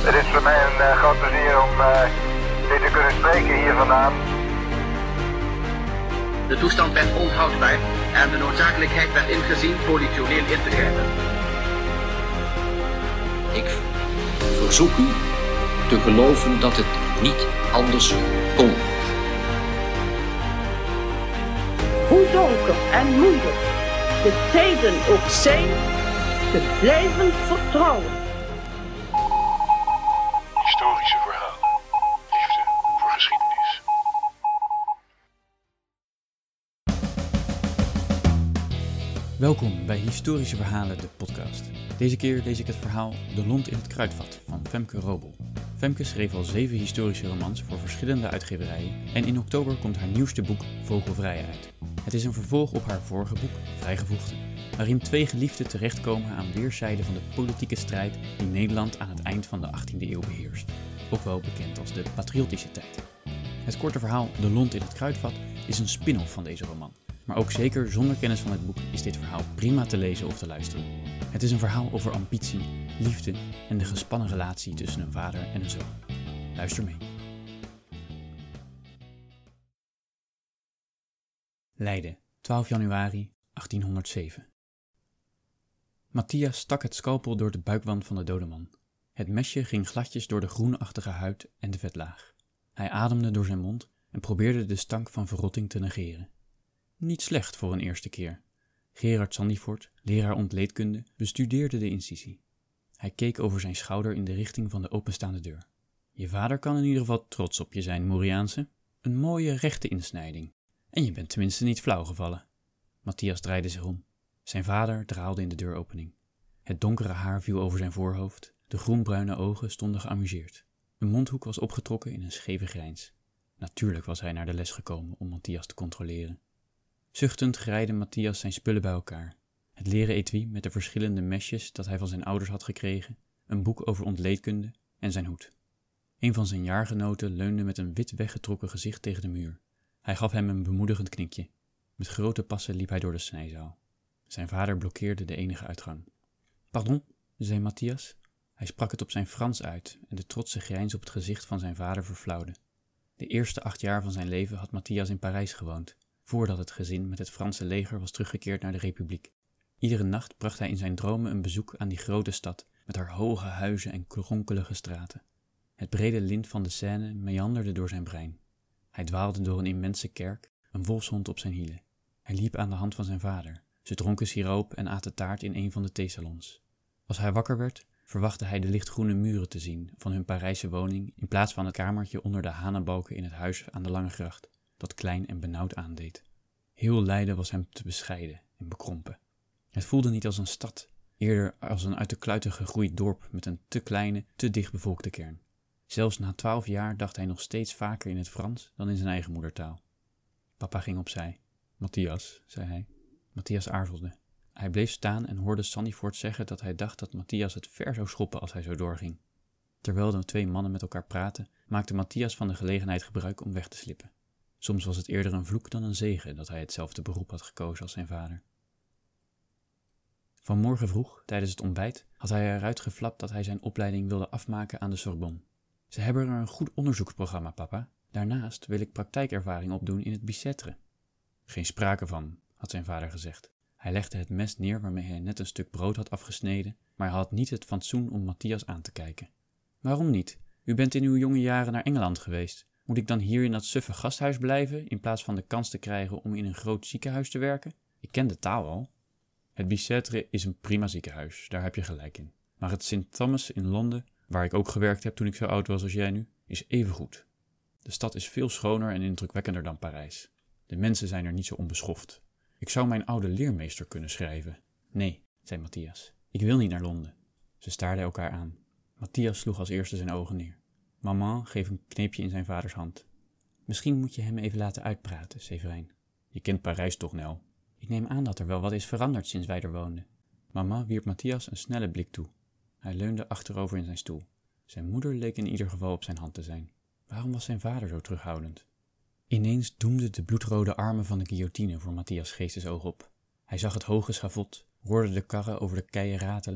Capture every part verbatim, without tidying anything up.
Het is voor mij een uh, groot plezier om uh, dit te kunnen spreken hier vandaan. De toestand werd onhoudbaar en de noodzakelijkheid werd ingezien politioneel in te grijpen. Ik verzoek u te geloven dat het niet anders kon. Hoe donker en moeilijk de tijden ook zijn, te blijven vertrouwen. Historische verhalen. Liefde voor geschiedenis. Welkom bij Historische Verhalen, de podcast. Deze keer lees ik het verhaal De Lont in het Kruidvat van Femke Robel. Femke schreef al zeven historische romans voor verschillende uitgeverijen en in oktober komt haar nieuwste boek Vogelvrij uit. Het is een vervolg op haar vorige boek, Vrijgevochten, waarin twee geliefden terechtkomen aan weerszijden van de politieke strijd die Nederland aan het eind van de achttiende eeuw beheerst, ook wel bekend als de patriotische tijd. Het korte verhaal De Lont in het Kruidvat is een spin-off van deze roman, maar ook zeker zonder kennis van het boek is dit verhaal prima te lezen of te luisteren. Het is een verhaal over ambitie, liefde en de gespannen relatie tussen een vader en een zoon. Luister mee. Leiden, twaalf januari achttienhonderdzeven. Matthias stak het scalpel door de buikwand van de dode man. Het mesje ging gladjes door de groenachtige huid en de vetlaag. Hij ademde door zijn mond en probeerde de stank van verrotting te negeren. Niet slecht voor een eerste keer. Gerard Sandifort, leraar ontleedkunde, bestudeerde de incisie. Hij keek over zijn schouder in de richting van de openstaande deur. Je vader kan in ieder geval trots op je zijn, Moriaanse. Een mooie rechte insnijding. En je bent tenminste niet flauw gevallen. Matthias draaide zich om. Zijn vader draalde in de deuropening. Het donkere haar viel over zijn voorhoofd. De groenbruine ogen stonden geamuseerd. Een mondhoek was opgetrokken in een scheve grijns. Natuurlijk was hij naar de les gekomen om Matthias te controleren. Zuchtend graaide Matthias zijn spullen bij elkaar. Het leren etui met de verschillende mesjes dat hij van zijn ouders had gekregen, een boek over ontleedkunde en zijn hoed. Een van zijn jaargenoten leunde met een wit weggetrokken gezicht tegen de muur. Hij gaf hem een bemoedigend knikje. Met grote passen liep hij door de snijzaal. Zijn vader blokkeerde de enige uitgang. Pardon, zei Matthias. Hij sprak het op zijn Frans uit en de trotse grijns op het gezicht van zijn vader verflauwde. De eerste acht jaar van zijn leven had Matthias in Parijs gewoond, voordat het gezin met het Franse leger was teruggekeerd naar de Republiek. Iedere nacht bracht hij in zijn dromen een bezoek aan die grote stad, met haar hoge huizen en kronkelige straten. Het brede lint van de Seine meanderde door zijn brein. Hij dwaalde door een immense kerk, een wolfshond op zijn hielen. Hij liep aan de hand van zijn vader. Ze dronken siroop en aten taart in een van de theesalons. Als hij wakker werd, verwachtte hij de lichtgroene muren te zien van hun Parijse woning in plaats van het kamertje onder de hanenbalken in het huis aan de Lange Gracht, dat klein en benauwd aandeed. Heel Leiden was hem te bescheiden en bekrompen. Het voelde niet als een stad, eerder als een uit de kluiten gegroeid dorp met een te kleine, te dicht bevolkte kern. Zelfs na twaalf jaar dacht hij nog steeds vaker in het Frans dan in zijn eigen moedertaal. Papa ging opzij. Matthias, zei hij. Matthias aarzelde. Hij bleef staan en hoorde Sandifort zeggen dat hij dacht dat Matthias het ver zou schoppen als hij zo doorging. Terwijl de twee mannen met elkaar praten, maakte Matthias van de gelegenheid gebruik om weg te slippen. Soms was het eerder een vloek dan een zegen dat hij hetzelfde beroep had gekozen als zijn vader. Vanmorgen vroeg, tijdens het ontbijt, had hij eruit geflapt dat hij zijn opleiding wilde afmaken aan de Sorbonne. Ze hebben er een goed onderzoeksprogramma, papa. Daarnaast wil ik praktijkervaring opdoen in het Bicêtre. Geen sprake van, had zijn vader gezegd. Hij legde het mes neer waarmee hij net een stuk brood had afgesneden, maar hij had niet het fatsoen om Matthias aan te kijken. Waarom niet? U bent in uw jonge jaren naar Engeland geweest. Moet ik dan hier in dat suffe gasthuis blijven, in plaats van de kans te krijgen om in een groot ziekenhuis te werken? Ik ken de taal al. Het Bicêtre is een prima ziekenhuis, daar heb je gelijk in. Maar het Saint Thomas in Londen, waar ik ook gewerkt heb toen ik zo oud was als jij nu, is even goed. De stad is veel schoner en indrukwekkender dan Parijs. De mensen zijn er niet zo onbeschoft. Ik zou mijn oude leermeester kunnen schrijven. Nee, zei Matthias. Ik wil niet naar Londen. Ze staarden elkaar aan. Matthias sloeg als eerste zijn ogen neer. Maman greep een kneepje in zijn vaders hand. Misschien moet je hem even laten uitpraten, Severijn. Je kent Parijs toch, Nel? Ik neem aan dat er wel wat is veranderd sinds wij er woonden. Mama wierp Matthias een snelle blik toe. Hij leunde achterover in zijn stoel. Zijn moeder leek in ieder geval op zijn hand te zijn. Waarom was zijn vader zo terughoudend? Ineens doemden de bloedrode armen van de guillotine voor Matthias' geestesoog op. Hij zag het hoge schavot, hoorde de karren over de keien ratelen.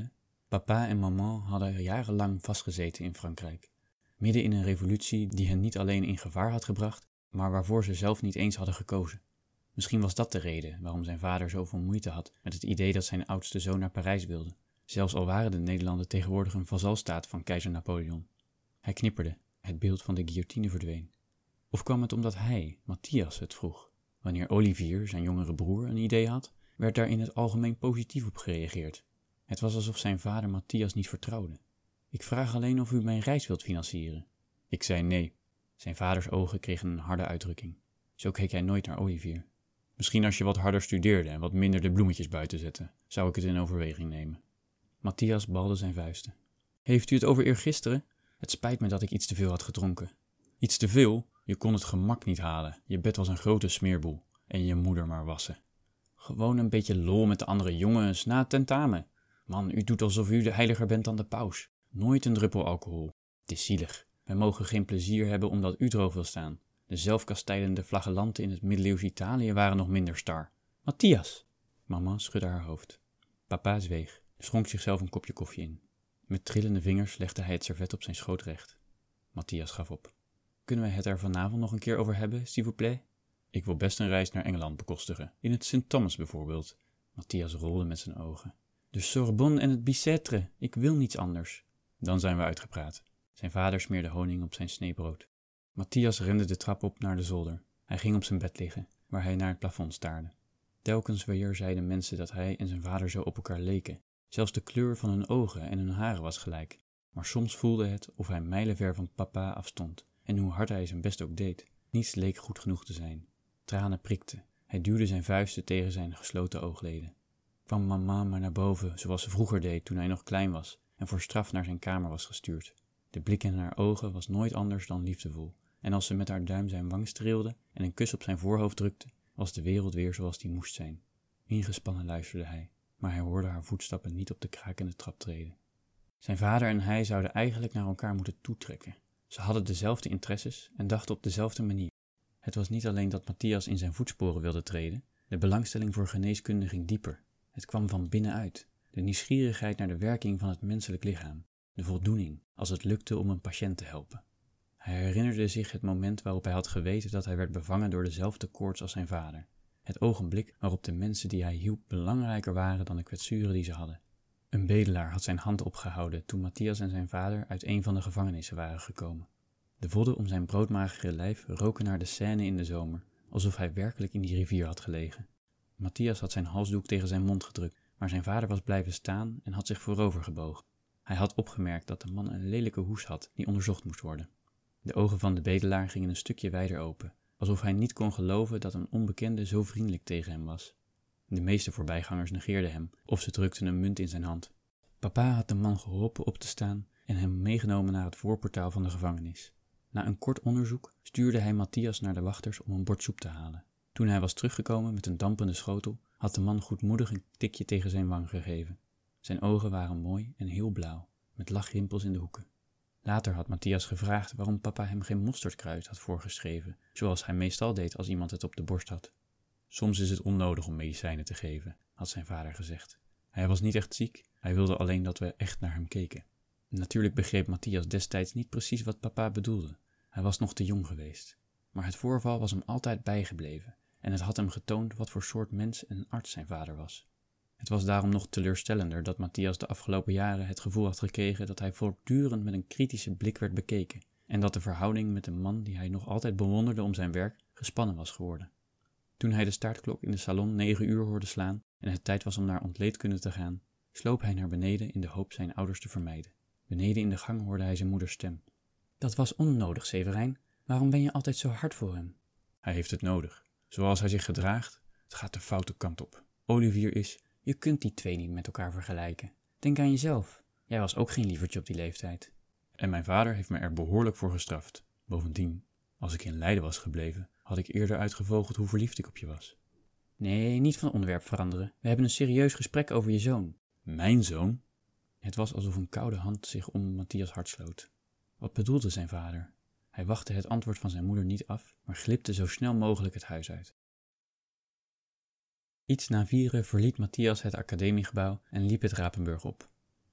Papa en maman hadden jarenlang vastgezeten in Frankrijk, midden in een revolutie die hen niet alleen in gevaar had gebracht, maar waarvoor ze zelf niet eens hadden gekozen. Misschien was dat de reden waarom zijn vader zoveel moeite had met het idee dat zijn oudste zoon naar Parijs wilde, zelfs al waren de Nederlanden tegenwoordig een vazalstaat van keizer Napoleon. Hij knipperde, het beeld van de guillotine verdween. Of kwam het omdat hij, Matthias, het vroeg? Wanneer Olivier, zijn jongere broer, een idee had, werd daar in het algemeen positief op gereageerd. Het was alsof zijn vader Matthias niet vertrouwde. Ik vraag alleen of u mijn reis wilt financieren. Ik zei nee. Zijn vaders ogen kregen een harde uitdrukking. Zo keek hij nooit naar Olivier. Misschien als je wat harder studeerde en wat minder de bloemetjes buiten zette, zou ik het in overweging nemen. Matthias balde zijn vuisten. Heeft u het over eergisteren? Het spijt me dat ik iets te veel had gedronken. Iets te veel? Je kon het gemak niet halen. Je bed was een grote smeerboel. En je moeder maar wassen. Gewoon een beetje lol met de andere jongens na het tentamen. Man, u doet alsof u de heiliger bent dan de paus. Nooit een druppel alcohol. Het is zielig. Wij mogen geen plezier hebben omdat u droog wil staan. De zelfkastijdende flagellanten in het middeleeuws Italië waren nog minder star. Matthias! Mama schudde haar hoofd. Papa zweeg, schonk zichzelf een kopje koffie in. Met trillende vingers legde hij het servet op zijn schoot recht. Matthias gaf op. Kunnen wij het er vanavond nog een keer over hebben, s'il vous plaît? Ik wil best een reis naar Engeland bekostigen. In het Saint Thomas bijvoorbeeld. Matthias rolde met zijn ogen. De Sorbonne en het Bicêtre. Ik wil niets anders. Dan zijn we uitgepraat. Zijn vader smeerde honing op zijn snee brood. Matthias rende de trap op naar de zolder. Hij ging op zijn bed liggen, waar hij naar het plafond staarde. Telkens weer zeiden mensen dat hij en zijn vader zo op elkaar leken. Zelfs de kleur van hun ogen en hun haren was gelijk. Maar soms voelde het of hij mijlenver van papa afstond. En hoe hard hij zijn best ook deed, niets leek goed genoeg te zijn. Tranen prikten. Hij duwde zijn vuisten tegen zijn gesloten oogleden. Kwam mama maar naar boven, zoals ze vroeger deed toen hij nog klein was en voor straf naar zijn kamer was gestuurd. De blik in haar ogen was nooit anders dan liefdevol. En als ze met haar duim zijn wang streelde en een kus op zijn voorhoofd drukte, was de wereld weer zoals die moest zijn. Ingespannen luisterde hij, maar hij hoorde haar voetstappen niet op de krakende trap treden. Zijn vader en hij zouden eigenlijk naar elkaar moeten toetrekken. Ze hadden dezelfde interesses en dachten op dezelfde manier. Het was niet alleen dat Matthias in zijn voetsporen wilde treden, de belangstelling voor geneeskunde ging dieper. Het kwam van binnenuit, de nieuwsgierigheid naar de werking van het menselijk lichaam, de voldoening als het lukte om een patiënt te helpen. Hij herinnerde zich het moment waarop hij had geweten dat hij werd bevangen door dezelfde koorts als zijn vader. Het ogenblik waarop de mensen die hij hielp belangrijker waren dan de kwetsuren die ze hadden. Een bedelaar had zijn hand opgehouden toen Matthias en zijn vader uit een van de gevangenissen waren gekomen. De vodden om zijn broodmagere lijf roken naar de Seine in de zomer, alsof hij werkelijk in die rivier had gelegen. Matthias had zijn halsdoek tegen zijn mond gedrukt, maar zijn vader was blijven staan en had zich voorover gebogen. Hij had opgemerkt dat de man een lelijke hoes had die onderzocht moest worden. De ogen van de bedelaar gingen een stukje wijder open, alsof hij niet kon geloven dat een onbekende zo vriendelijk tegen hem was. De meeste voorbijgangers negeerden hem, of ze drukten een munt in zijn hand. Papa had de man geholpen op te staan en hem meegenomen naar het voorportaal van de gevangenis. Na een kort onderzoek stuurde hij Matthias naar de wachters om een bord soep te halen. Toen hij was teruggekomen met een dampende schotel, had de man goedmoedig een tikje tegen zijn wang gegeven. Zijn ogen waren mooi en heel blauw, met lachrimpels in de hoeken. Later had Matthias gevraagd waarom papa hem geen mosterdkruid had voorgeschreven, zoals hij meestal deed als iemand het op de borst had. Soms is het onnodig om medicijnen te geven, had zijn vader gezegd. Hij was niet echt ziek, hij wilde alleen dat we echt naar hem keken. Natuurlijk begreep Matthias destijds niet precies wat papa bedoelde. Hij was nog te jong geweest. Maar het voorval was hem altijd bijgebleven en het had hem getoond wat voor soort mens en arts zijn vader was. Het was daarom nog teleurstellender dat Matthias de afgelopen jaren het gevoel had gekregen dat hij voortdurend met een kritische blik werd bekeken en dat de verhouding met de man die hij nog altijd bewonderde om zijn werk gespannen was geworden. Toen hij de staartklok in de salon negen uur hoorde slaan en het tijd was om naar ontleedkunde te gaan, sloop hij naar beneden in de hoop zijn ouders te vermijden. Beneden in de gang hoorde hij zijn moeders stem. Dat was onnodig, Severijn. Waarom ben je altijd zo hard voor hem? Hij heeft het nodig. Zoals hij zich gedraagt, het gaat de foute kant op. Olivier is... Je kunt die twee niet met elkaar vergelijken. Denk aan jezelf. Jij was ook geen lievertje op die leeftijd. En mijn vader heeft me er behoorlijk voor gestraft. Bovendien, als ik in Leiden was gebleven, had ik eerder uitgevogeld hoe verliefd ik op je was. Nee, niet van onderwerp veranderen. We hebben een serieus gesprek over je zoon. Mijn zoon? Het was alsof een koude hand zich om Matthias hart sloot. Wat bedoelde zijn vader? Hij wachtte het antwoord van zijn moeder niet af, maar glipte zo snel mogelijk het huis uit. Iets na vieren verliet Matthias het academiegebouw en liep het Rapenburg op.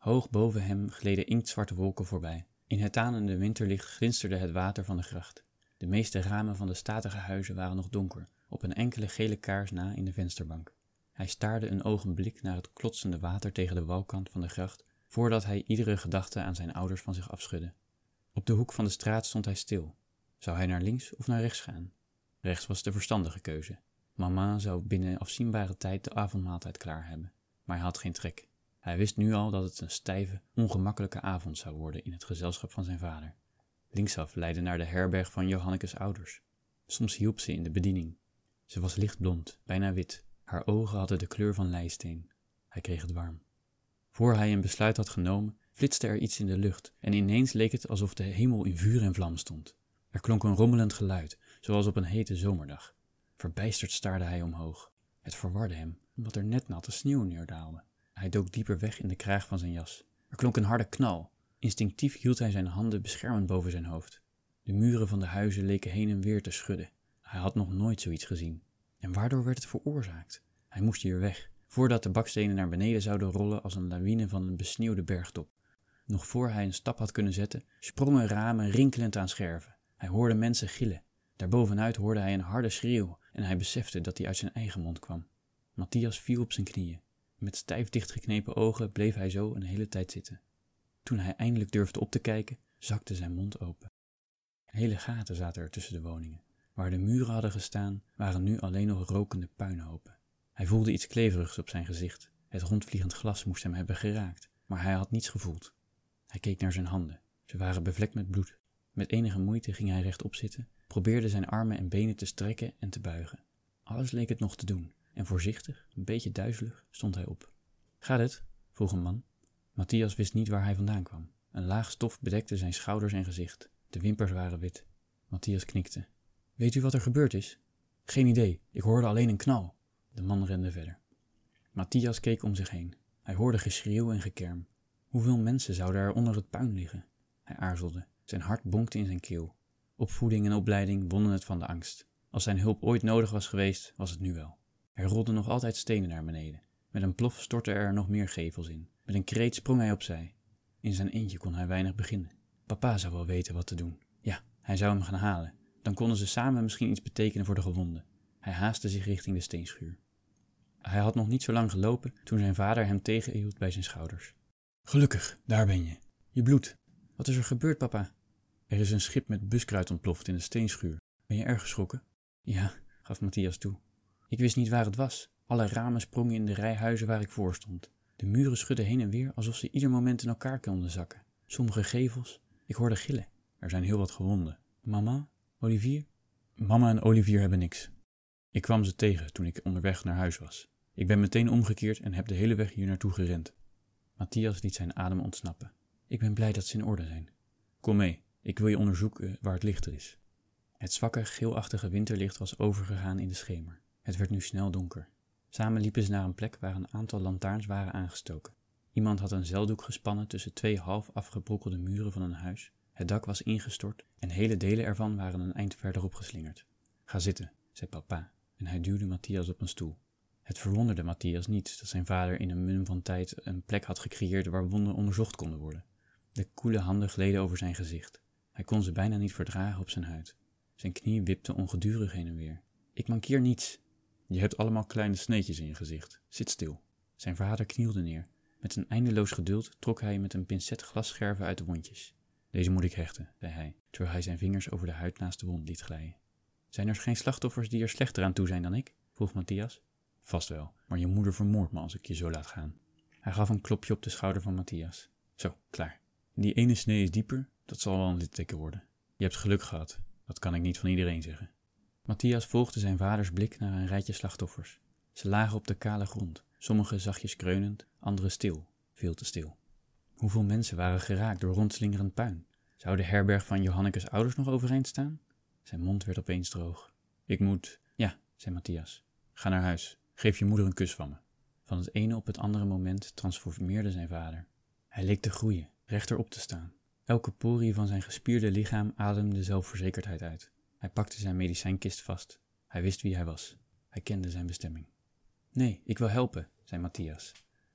Hoog boven hem gleden inktzwarte wolken voorbij. In het tanende winterlicht glinsterde het water van de gracht. De meeste ramen van de statige huizen waren nog donker, op een enkele gele kaars na in de vensterbank. Hij staarde een ogenblik naar het klotsende water tegen de walkant van de gracht, voordat hij iedere gedachte aan zijn ouders van zich afschudde. Op de hoek van de straat stond hij stil. Zou hij naar links of naar rechts gaan? Rechts was de verstandige keuze. Mama zou binnen afzienbare tijd de avondmaaltijd klaar hebben, maar hij had geen trek. Hij wist nu al dat het een stijve, ongemakkelijke avond zou worden in het gezelschap van zijn vader. Linksaf leidde naar de herberg van Johannekes ouders. Soms hielp ze in de bediening. Ze was lichtblond, bijna wit. Haar ogen hadden de kleur van leisteen. Hij kreeg het warm. Voor hij een besluit had genomen, flitste er iets in de lucht en ineens leek het alsof de hemel in vuur en vlam stond. Er klonk een rommelend geluid, zoals op een hete zomerdag. Verbijsterd staarde hij omhoog. Het verwarde hem, omdat er net natte sneeuw neerdaalde. Hij dook dieper weg in de kraag van zijn jas. Er klonk een harde knal. Instinctief hield hij zijn handen beschermend boven zijn hoofd. De muren van de huizen leken heen en weer te schudden. Hij had nog nooit zoiets gezien. En waardoor werd het veroorzaakt? Hij moest hier weg, voordat de bakstenen naar beneden zouden rollen als een lawine van een besneeuwde bergtop. Nog voor hij een stap had kunnen zetten, sprongen ramen rinkelend aan scherven. Hij hoorde mensen gillen. Daarbovenuit hoorde hij een harde schreeuw en hij besefte dat die uit zijn eigen mond kwam. Matthias viel op zijn knieën. Met stijf dichtgeknepen ogen bleef hij zo een hele tijd zitten. Toen hij eindelijk durfde op te kijken, zakte zijn mond open. Hele gaten zaten er tussen de woningen. Waar de muren hadden gestaan, waren nu alleen nog rokende puinhopen. Hij voelde iets kleverigs op zijn gezicht. Het rondvliegend glas moest hem hebben geraakt, maar hij had niets gevoeld. Hij keek naar zijn handen. Ze waren bevlekt met bloed. Met enige moeite ging hij rechtop zitten, probeerde zijn armen en benen te strekken en te buigen. Alles leek het nog te doen, en voorzichtig, een beetje duizelig, stond hij op. Gaat het? Vroeg een man. Matthias wist niet waar hij vandaan kwam. Een laag stof bedekte zijn schouders en gezicht. De wimpers waren wit. Matthias knikte. Weet u wat er gebeurd is? Geen idee, ik hoorde alleen een knal. De man rende verder. Matthias keek om zich heen. Hij hoorde geschreeuw en gekerm. Hoeveel mensen zouden er onder het puin liggen? Hij aarzelde. Zijn hart bonkte in zijn keel. Opvoeding en opleiding wonnen het van de angst. Als zijn hulp ooit nodig was geweest, was het nu wel. Er rolden nog altijd stenen naar beneden. Met een plof stortte er nog meer gevels in. Met een kreet sprong hij opzij. In zijn eentje kon hij weinig beginnen. Papa zou wel weten wat te doen. Ja, hij zou hem gaan halen. Dan konden ze samen misschien iets betekenen voor de gewonden. Hij haastte zich richting de steenschuur. Hij had nog niet zo lang gelopen toen zijn vader hem tegenhield bij zijn schouders. Gelukkig, daar ben je. Je bloedt. Wat is er gebeurd, papa? Er is een schip met buskruid ontploft in de steenschuur. Ben je erg geschrokken? Ja, gaf Matthias toe. Ik wist niet waar het was. Alle ramen sprongen in de rij huizen waar ik voor stond. De muren schudden heen en weer alsof ze ieder moment in elkaar konden zakken. Sommige gevels. Ik hoorde gillen. Er zijn heel wat gewonden. Mama? Olivier? Mama en Olivier hebben niks. Ik kwam ze tegen toen ik onderweg naar huis was. Ik ben meteen omgekeerd en heb de hele weg hier naartoe gerend. Matthias liet zijn adem ontsnappen. Ik ben blij dat ze in orde zijn. Kom mee, ik wil je onderzoeken waar het lichter is. Het zwakke, geelachtige winterlicht was overgegaan in de schemer. Het werd nu snel donker. Samen liepen ze naar een plek waar een aantal lantaarns waren aangestoken. Iemand had een zeildoek gespannen tussen twee half afgebrokkelde muren van een huis. Het dak was ingestort en hele delen ervan waren een eind verderop geslingerd. Ga zitten, zei papa, en hij duwde Matthias op een stoel. Het verwonderde Matthias niet dat zijn vader in een mum van tijd een plek had gecreëerd waar wonden onderzocht konden worden. De koele handen gleden over zijn gezicht. Hij kon ze bijna niet verdragen op zijn huid. Zijn knie wipte ongedurig heen en weer. Ik mankeer niets. Je hebt allemaal kleine sneetjes in je gezicht. Zit stil. Zijn vader knielde neer. Met een eindeloos geduld trok hij met een pincet glasscherven uit de wondjes. Deze moet ik hechten, zei hij, terwijl hij zijn vingers over de huid naast de wond liet glijden. Zijn er geen slachtoffers die er slechter aan toe zijn dan ik? Vroeg Matthias. Vast wel, maar je moeder vermoordt me als ik je zo laat gaan. Hij gaf een klopje op de schouder van Matthias. Zo, klaar. Die ene snee is dieper, dat zal wel een litteken worden. Je hebt geluk gehad, dat kan ik niet van iedereen zeggen. Matthias volgde zijn vaders blik naar een rijtje slachtoffers. Ze lagen op de kale grond, sommige zachtjes kreunend, andere stil, veel te stil. Hoeveel mensen waren geraakt door rondslingerend puin? Zou de herberg van Johannekes ouders nog overeind staan? Zijn mond werd opeens droog. Ik moet... Ja, zei Matthias. Ga naar huis. Geef je moeder een kus van me. Van het ene op het andere moment transformeerde zijn vader. Hij leek te groeien, rechter op te staan. Elke porie van zijn gespierde lichaam ademde zelfverzekerdheid uit. Hij pakte zijn medicijnkist vast. Hij wist wie hij was. Hij kende zijn bestemming. Nee, ik wil helpen, zei Matthias.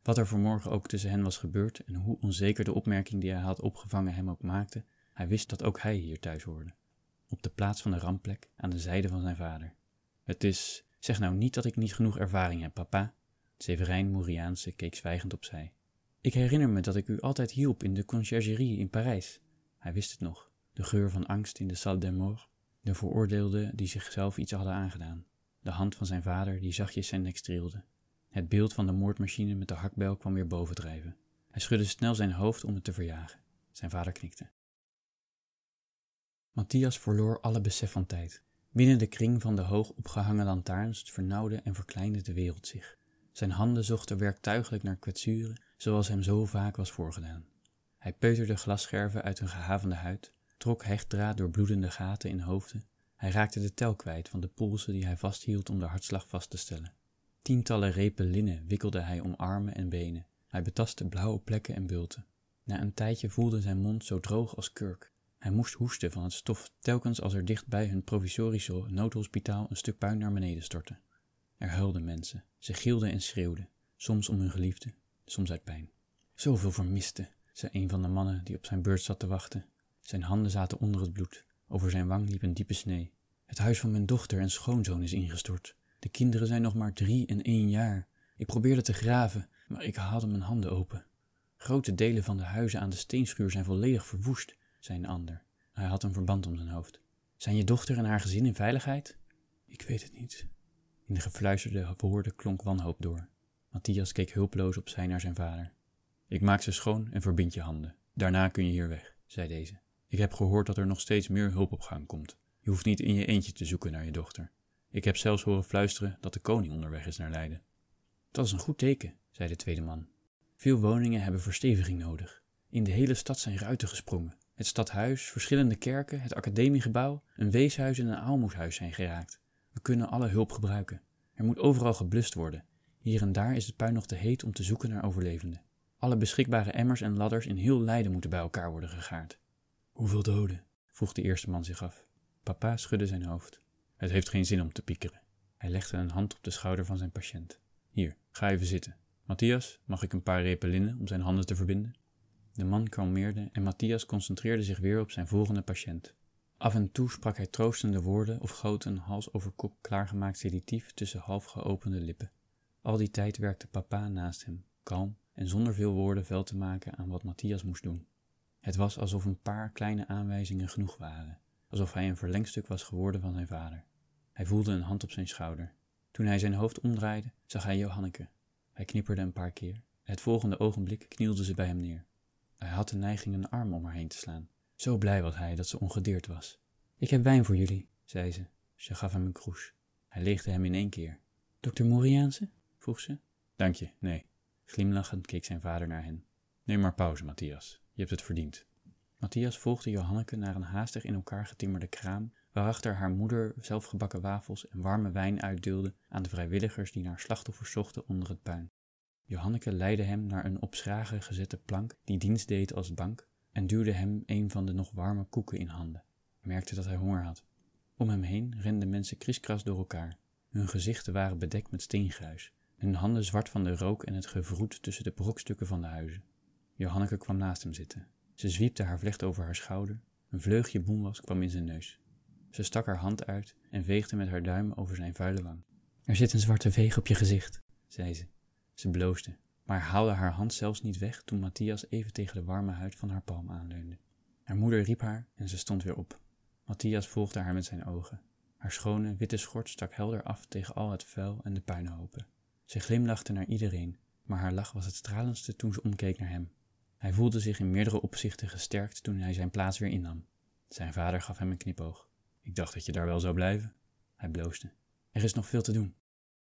Wat er vanmorgen ook tussen hen was gebeurd en hoe onzeker de opmerking die hij had opgevangen hem ook maakte, hij wist dat ook hij hier thuis hoorde. Op de plaats van de rampplek, aan de zijde van zijn vader. Het is, zeg nou niet dat ik niet genoeg ervaring heb, papa. Séverijn Mouriaanse keek zwijgend opzij. Ik herinner me dat ik u altijd hielp in de conciergerie in Parijs. Hij wist het nog, de geur van angst in de salle des morts, de veroordeelden die zichzelf iets hadden aangedaan, de hand van zijn vader die zachtjes zijn nek streelde. Het beeld van de moordmachine met de hakbijl kwam weer bovendrijven. Hij schudde snel zijn hoofd om het te verjagen. Zijn vader knikte. Matthias verloor alle besef van tijd. Binnen de kring van de hoog opgehangen lantaarns vernauwde en verkleinde de wereld zich. Zijn handen zochten werktuigelijk naar kwetsuren, zoals hem zo vaak was voorgedaan. Hij peuterde glasscherven uit hun gehavende huid, trok hechtdraad door bloedende gaten in hoofden. Hij raakte de tel kwijt van de polsen die hij vasthield om de hartslag vast te stellen. Tientallen repen linnen wikkelde hij om armen en benen. Hij betastte blauwe plekken en bulten. Na een tijdje voelde zijn mond zo droog als kurk. Hij moest hoesten van het stof telkens als er dichtbij hun provisorische noodhospitaal een stuk puin naar beneden stortte. Er huilden mensen, ze gilden en schreeuwden, soms om hun geliefde, soms uit pijn. Zoveel vermisten, zei een van de mannen die op zijn beurt zat te wachten. Zijn handen zaten onder het bloed, over zijn wang liep een diepe snee. Het huis van mijn dochter en schoonzoon is ingestort. De kinderen zijn nog maar drie en één jaar. Ik probeerde te graven, maar ik haalde mijn handen open. Grote delen van de huizen aan de steenschuur zijn volledig verwoest, zei een ander. Hij had een verband om zijn hoofd. Zijn je dochter en haar gezin in veiligheid? Ik weet het niet. In de gefluisterde woorden klonk wanhoop door. Matthias keek hulpeloos opzij naar zijn vader. Ik maak ze schoon en verbind je handen. Daarna kun je hier weg, zei deze. Ik heb gehoord dat er nog steeds meer hulp op gang komt. Je hoeft niet in je eentje te zoeken naar je dochter. Ik heb zelfs horen fluisteren dat de koning onderweg is naar Leiden. Dat is een goed teken, zei de tweede man. Veel woningen hebben versteviging nodig. In de hele stad zijn ruiten gesprongen. Het stadhuis, verschillende kerken, het academiegebouw, een weeshuis en een aalmoeshuis zijn geraakt. We kunnen alle hulp gebruiken. Er moet overal geblust worden. Hier en daar is het puin nog te heet om te zoeken naar overlevenden. Alle beschikbare emmers en ladders in heel Leiden moeten bij elkaar worden gegaard. Hoeveel doden? Vroeg de eerste man zich af. Papa schudde zijn hoofd. Het heeft geen zin om te piekeren. Hij legde een hand op de schouder van zijn patiënt. Hier, ga even zitten. Matthias, mag ik een paar repen linnen om zijn handen te verbinden? De man kalmeerde en Matthias concentreerde zich weer op zijn volgende patiënt. Af en toe sprak hij troostende woorden of goot een hals over kop klaargemaakt sedatief tussen half geopende lippen. Al die tijd werkte papa naast hem, kalm en zonder veel woorden vuil te maken aan wat Matthias moest doen. Het was alsof een paar kleine aanwijzingen genoeg waren, alsof hij een verlengstuk was geworden van zijn vader. Hij voelde een hand op zijn schouder. Toen hij zijn hoofd omdraaide, zag hij Johanneke. Hij knipperde een paar keer. Het volgende ogenblik knielde ze bij hem neer. Hij had de neiging een arm om haar heen te slaan. Zo blij was hij dat ze ongedeerd was. Ik heb wijn voor jullie, zei ze. Ze gaf hem een kroes. Hij leegde hem in één keer. Dokter Mouriaanse? Vroeg ze. Dank je, nee. Glimlachend keek zijn vader naar hen. Neem maar pauze, Matthias. Je hebt het verdiend. Matthias volgde Johanneke naar een haastig in elkaar getimmerde kraam, waarachter haar moeder zelfgebakken wafels en warme wijn uitdeelde aan de vrijwilligers die naar slachtoffers zochten onder het puin. Johanneke leidde hem naar een op schragen gezette plank die dienst deed als bank en duwde hem een van de nog warme koeken in handen. Hij merkte dat hij honger had. Om hem heen renden mensen kriskras door elkaar. Hun gezichten waren bedekt met steengruis, hun handen zwart van de rook en het gewroet tussen de brokstukken van de huizen. Johanneke kwam naast hem zitten. Ze zwiepte haar vlecht over haar schouder, een vleugje boenwas kwam in zijn neus. Ze stak haar hand uit en veegde met haar duim over zijn vuile wang. Er zit een zwarte veeg op je gezicht, zei ze. Ze bloosde, maar haalde haar hand zelfs niet weg toen Matthias even tegen de warme huid van haar palm aanleunde. Haar moeder riep haar en ze stond weer op. Matthias volgde haar met zijn ogen. Haar schone, witte schort stak helder af tegen al het vuil en de puinhopen. Ze glimlachte naar iedereen, maar haar lach was het stralendste toen ze omkeek naar hem. Hij voelde zich in meerdere opzichten gesterkt toen hij zijn plaats weer innam. Zijn vader gaf hem een knipoog. Ik dacht dat je daar wel zou blijven. Hij bloosde. Er is nog veel te doen.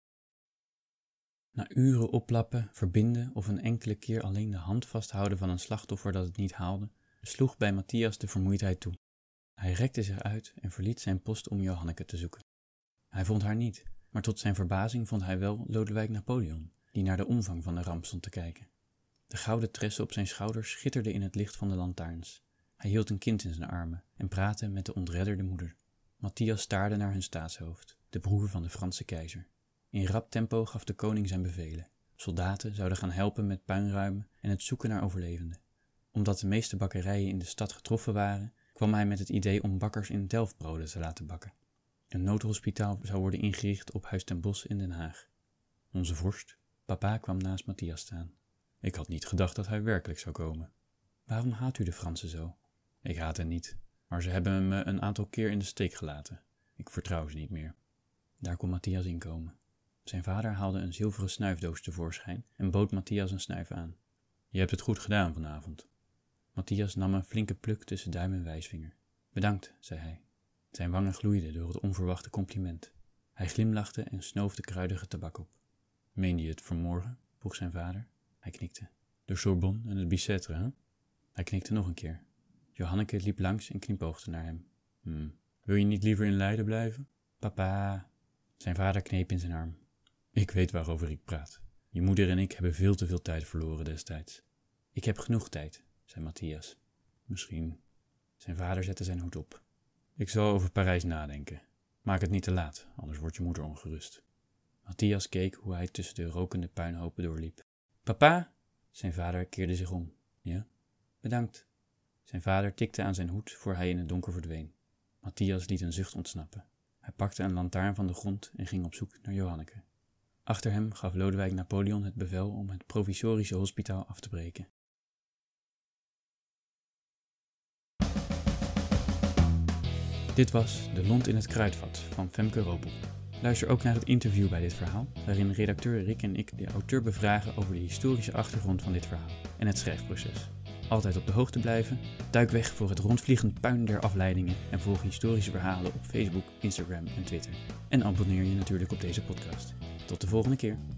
Na uren oplappen, verbinden of een enkele keer alleen de hand vasthouden van een slachtoffer dat het niet haalde, sloeg bij Matthias de vermoeidheid toe. Hij rekte zich uit en verliet zijn post om Johanneke te zoeken. Hij vond haar niet, maar tot zijn verbazing vond hij wel Lodewijk Napoleon, die naar de omvang van de ramp stond te kijken. De gouden tressen op zijn schouders schitterden in het licht van de lantaarns. Hij hield een kind in zijn armen en praatte met de ontredderde moeder. Matthias staarde naar hun staatshoofd, de broer van de Franse keizer. In rap tempo gaf de koning zijn bevelen. Soldaten zouden gaan helpen met puinruimen en het zoeken naar overlevenden. Omdat de meeste bakkerijen in de stad getroffen waren, kwam hij met het idee om bakkers in Delft broden te laten bakken. Een noodhospitaal zou worden ingericht op Huis ten Bosch in Den Haag. Onze vorst, papa, kwam naast Matthias staan. Ik had niet gedacht dat hij werkelijk zou komen. Waarom haat u de Fransen zo? Ik haat hen niet, maar ze hebben me een aantal keer in de steek gelaten. Ik vertrouw ze niet meer. Daar kon Matthias inkomen. Zijn vader haalde een zilveren snuifdoos tevoorschijn en bood Matthias een snuif aan. Je hebt het goed gedaan vanavond. Matthias nam een flinke pluk tussen duim en wijsvinger. Bedankt, zei hij. Zijn wangen gloeiden door het onverwachte compliment. Hij glimlachte en snoof de kruidige tabak op. Meende je het vanmorgen? Vroeg zijn vader. Hij knikte. De Sorbonne en het Bicêtre, hè? Hij knikte nog een keer. Johanneke liep langs en knipoogde naar hem. Hm. Wil je niet liever in Leiden blijven? Papa. Zijn vader kneep in zijn arm. Ik weet waarover ik praat. Je moeder en ik hebben veel te veel tijd verloren destijds. Ik heb genoeg tijd, zei Matthias. Misschien. Zijn vader zette zijn hoed op. Ik zal over Parijs nadenken. Maak het niet te laat, anders wordt je moeder ongerust. Matthias keek hoe hij tussen de rokende puinhopen doorliep. Papa? Zijn vader keerde zich om. Ja? Bedankt. Zijn vader tikte aan zijn hoed voor hij in het donker verdween. Matthias liet een zucht ontsnappen. Hij pakte een lantaarn van de grond en ging op zoek naar Johanneke. Achter hem gaf Lodewijk Napoleon het bevel om het provisorische hospitaal af te breken. Dit was De Lont in het Kruidvat van Femke Ropel. Luister ook naar het interview bij dit verhaal, waarin redacteur Rick en ik de auteur bevragen over de historische achtergrond van dit verhaal en het schrijfproces. Altijd op de hoogte blijven, duik weg voor het rondvliegend puin der afleidingen en volg historische verhalen op Facebook, Instagram en Twitter. En abonneer je natuurlijk op deze podcast. Tot de volgende keer.